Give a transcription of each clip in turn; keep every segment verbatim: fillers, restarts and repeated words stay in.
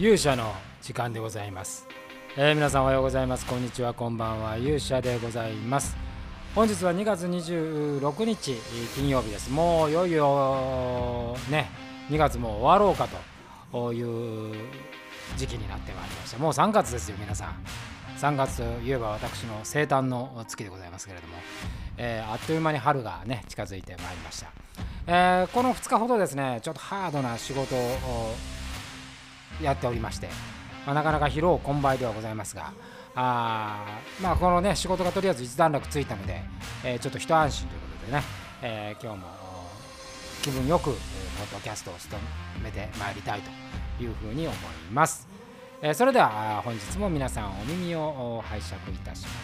勇者の時間でございます、えー、皆さんおはようございます、こんにちは、こんばんは。勇者でございます。本日はにがつにじゅうろくにち金曜日です。もういよいよねにがつも終わろうかという時期になってまいりました。もうさんがつですよ皆さん。さんがつといえば私の生誕の月でございますけれども、えー、あっという間に春がね近づいてまいりました。えー、このふつかほどですねちょっとハードな仕事をやっておりまして、まあ、なかなか疲労困憊ではございますが、あまあこのね仕事がとりあえず一段落ついたので、えー、ちょっと一安心ということでね、えー、今日も気分よくポッドキャストを務めてまいりたいというふうに思います。えー、それでは本日も皆さんお耳を拝借いたします。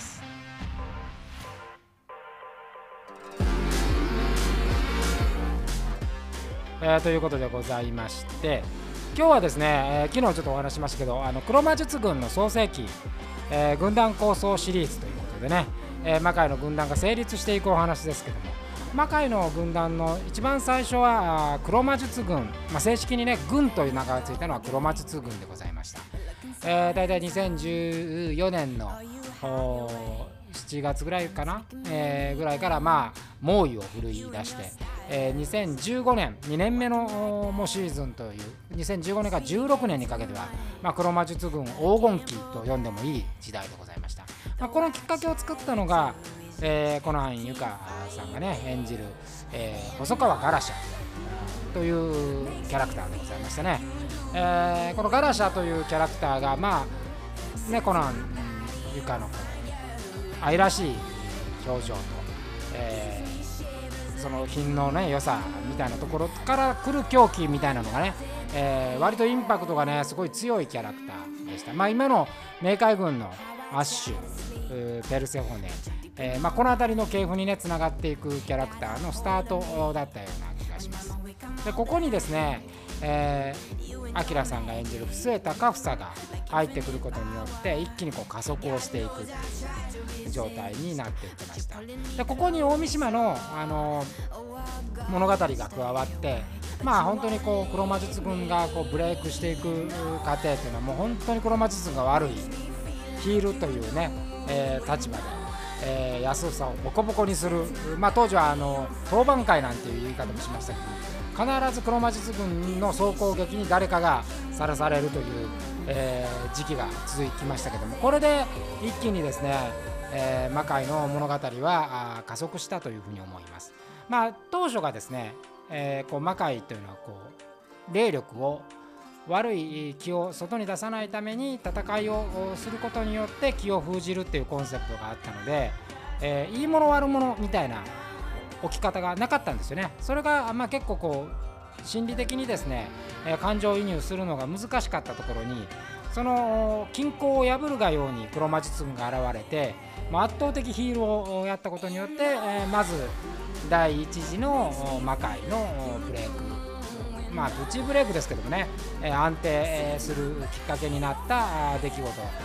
えー、ということでございまして、今日はですね、えー、昨日ちょっとお話しましたけど、あの黒魔術軍の創世記、えー、軍団構想シリーズということでね、えー、魔界の軍団が成立していくお話ですけども、魔界の軍団の一番最初は黒魔術軍、まあ、正式にね軍という名がついたのは黒魔術軍でございました。えー、だいたいにせんじゅうよねんのしちがつぐらいかな、えー、ぐらいからまあ猛威を振るい出して、えー、にせんじゅうごねんにねんめのもシーズンというにせんじゅうごねんからじゅうろくねんにかけては、まあ、黒魔術軍黄金期と呼んでもいい時代でございました。まあ、このきっかけを作ったのが、えー、この範由香さんがね演じる、えー、細川ガラシャというキャラクターでございましたね。えー、このガラシャというキャラクターがまあねコナン由香の愛らしい表情と、えー、その品のね良さみたいなところから来る狂気みたいなのがね、えー、割とインパクトがねすごい強いキャラクターでした。まあ今の冥界軍のアッシュ、ペルセホネ、えーまあ、この辺りの系譜にねつながっていくキャラクターのスタートだったような気がします。でここにですね、えー、アキラさんが演じる布施高房が入ってくることによって一気にこう加速をしていくっていう状態になっていきました。でここに大三島の、あのー、物語が加わって、まあ本当にこう黒魔術軍がこうブレイクしていく過程っていうのはもう本当に黒魔術軍が悪いヒールというね、えー、立場で、えー、安さをボコボコにする、まあ、当時はあの当番会なんていう言い方もしましたけど、必ず黒魔術軍の総攻撃に誰かがさらされるという、えー、時期が続きましたけども、これで一気にですね、えー、魔界の物語は加速したというふうに思います。まあ、当初がですね、えー、こう魔界というのはこう霊力を悪い気を外に出さないために戦いをすることによって気を封じるっていうコンセプトがあったので、えー、いいもの悪者みたいな置き方がなかったんですよね。それが、まあ、結構こう心理的にですね、えー、感情移入するのが難しかったところに、その均衡を破るがように黒魔術軍が現れて、まあ、圧倒的ヒールをやったことによって、えー、まず第一次の魔界のブレイク、まあプチブレイクですけどもね、えー、安定するきっかけになった出来事だと思います。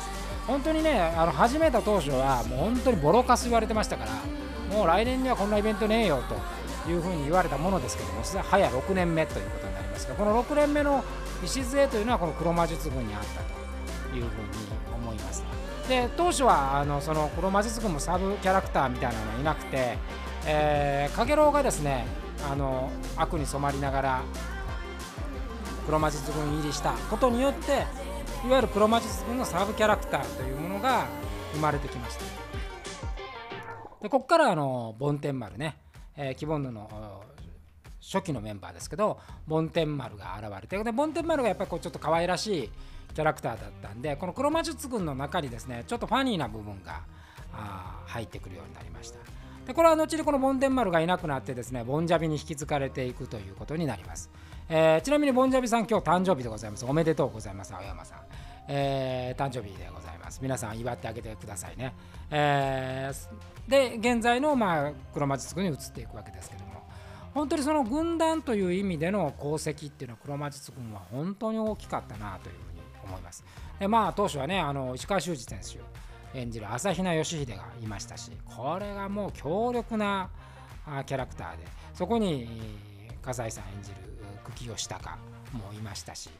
本当にね、あの始めた当初はもう本当にボロカス言われてましたから、もう来年にはこんなイベントねえよというふうに言われたものですけども、それは早ろくねんめということになりますが、このろくねんめの礎というのはこの黒魔術軍にあったというふうに思います。で当初はあのその黒魔術軍もサブキャラクターみたいなのがいなくて、えー、カゲロウがですねあの悪に染まりながら黒魔術軍入りしたことによって、いわゆる黒魔術軍のサブキャラクターというものが生まれてきました。でここからあのボンテン丸ね、えー、キボンヌの初期のメンバーですけど、ボンテン丸が現れて、でボンテン丸がやっぱりこうちょっと可愛らしいキャラクターだったんで、この黒魔術軍の中にですねちょっとファニーな部分が入ってくるようになりました。でこれは後にこのボンテン丸がいなくなってですね、ボンジャビに引き継がれていくということになります。えー、ちなみにボンジャビさん今日誕生日でございます。おめでとうございます青山さん、えー、誕生日でございます。皆さん祝ってあげてくださいね。えー、で現在の、まあ、黒魔術軍に移っていくわけですけども、本当にその軍団という意味での功績っていうのは黒魔術軍は本当に大きかったなというふうに思います。でまあ当初はね、あの石川修司選手演じる朝比奈義秀がいましたし、これがもう強力なキャラクターで、そこに笠井さん演じる久喜義高もいましたし、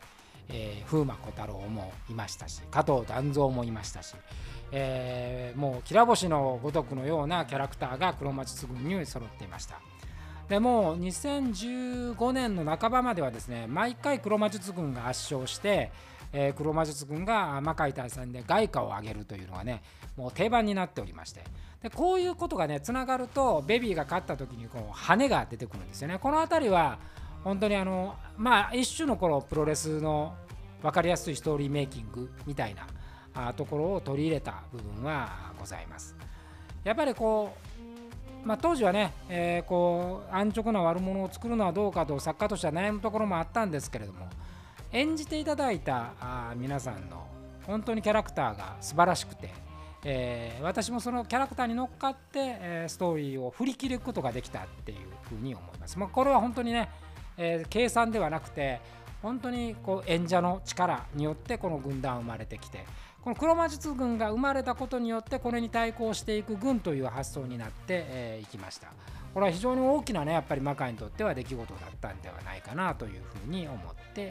えー、風魔小太郎もいましたし、加藤團三もいましたし、えー、もうきら星のごとくのようなキャラクターが黒魔術軍に揃っていました。でもうにせんじゅうごねんの半ばまではですね、毎回黒魔術軍が圧勝して、えー、黒魔術軍が魔界大戦で外貨を上げるというのがね、もう定番になっておりまして、でこういうことがねつながると、ベビーが勝った時にこう羽が出てくるんですよね。この辺りは本当にあのまあ一種の頃プロレスの分かりやすいストーリーメイキングみたいなところを取り入れた部分はございます。やっぱりこう、まあ、当時はね、えー、こう安直な悪者を作るのはどうかと作家としては悩むところもあったんですけれども、演じていただいたあ皆さんの本当にキャラクターが素晴らしくて、えー、私もそのキャラクターに乗っかって、えー、ストーリーを振り切ることができたっていうふうに思います。まあ、これは本当にね、えー、計算ではなくて、本当にこう演者の力によってこの軍団生まれてきて、この黒魔術軍が生まれたことによってこれに対抗していく軍という発想になってい、えー、きました。これは非常に大きなねやっぱり魔界にとっては出来事だったんではないかなというふうに思って、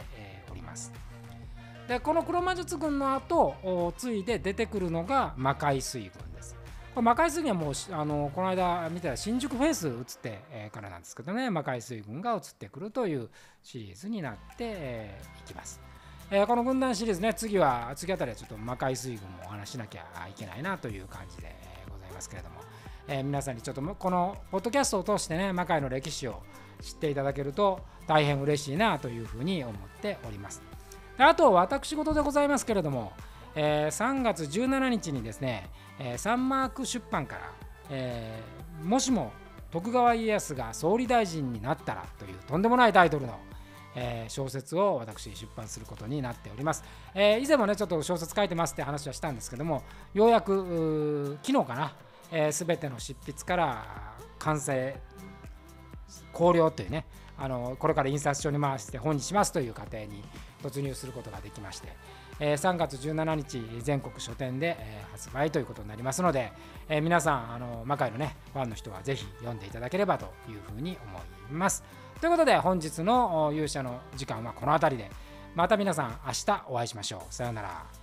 えー、おります。でこの黒魔術軍の後ついで出てくるのが魔界水軍です。これ魔界水軍はもうあのこの間見たら新宿フェイス映ってからなんですけどね、魔界水軍が映ってくるというシリーズになってい、えー、きます。えー、この軍団シリーズね、次は次あたりはちょっと魔界水軍もお話しなきゃいけないなという感じでございますけれども、えー、皆さんにちょっとこのポッドキャストを通してね魔界の歴史を知っていただけると大変嬉しいなというふうに思っております。あと私事でございますけれども、えー、さんがつじゅうしちにちにですね、えー、サンマーク出版から、えー、もしも徳川家康が総理大臣になったらというとんでもないタイトルの、えー、小説を私出版することになっております。えー、以前もねちょっと小説書いてますって話はしたんですけども、ようやく昨日かな、えー、全ての執筆から完成考了というね、あのこれから印刷所に回して本にしますという過程に突入することができまして、えー、さんがつじゅうしちにち全国書店で、えー、発売ということになりますので、えー、皆さんあの魔界のねファンの人はぜひ読んでいただければというふうに思います。ということで本日の勇者の時間はこの辺りで、また皆さん明日お会いしましょう。さようなら。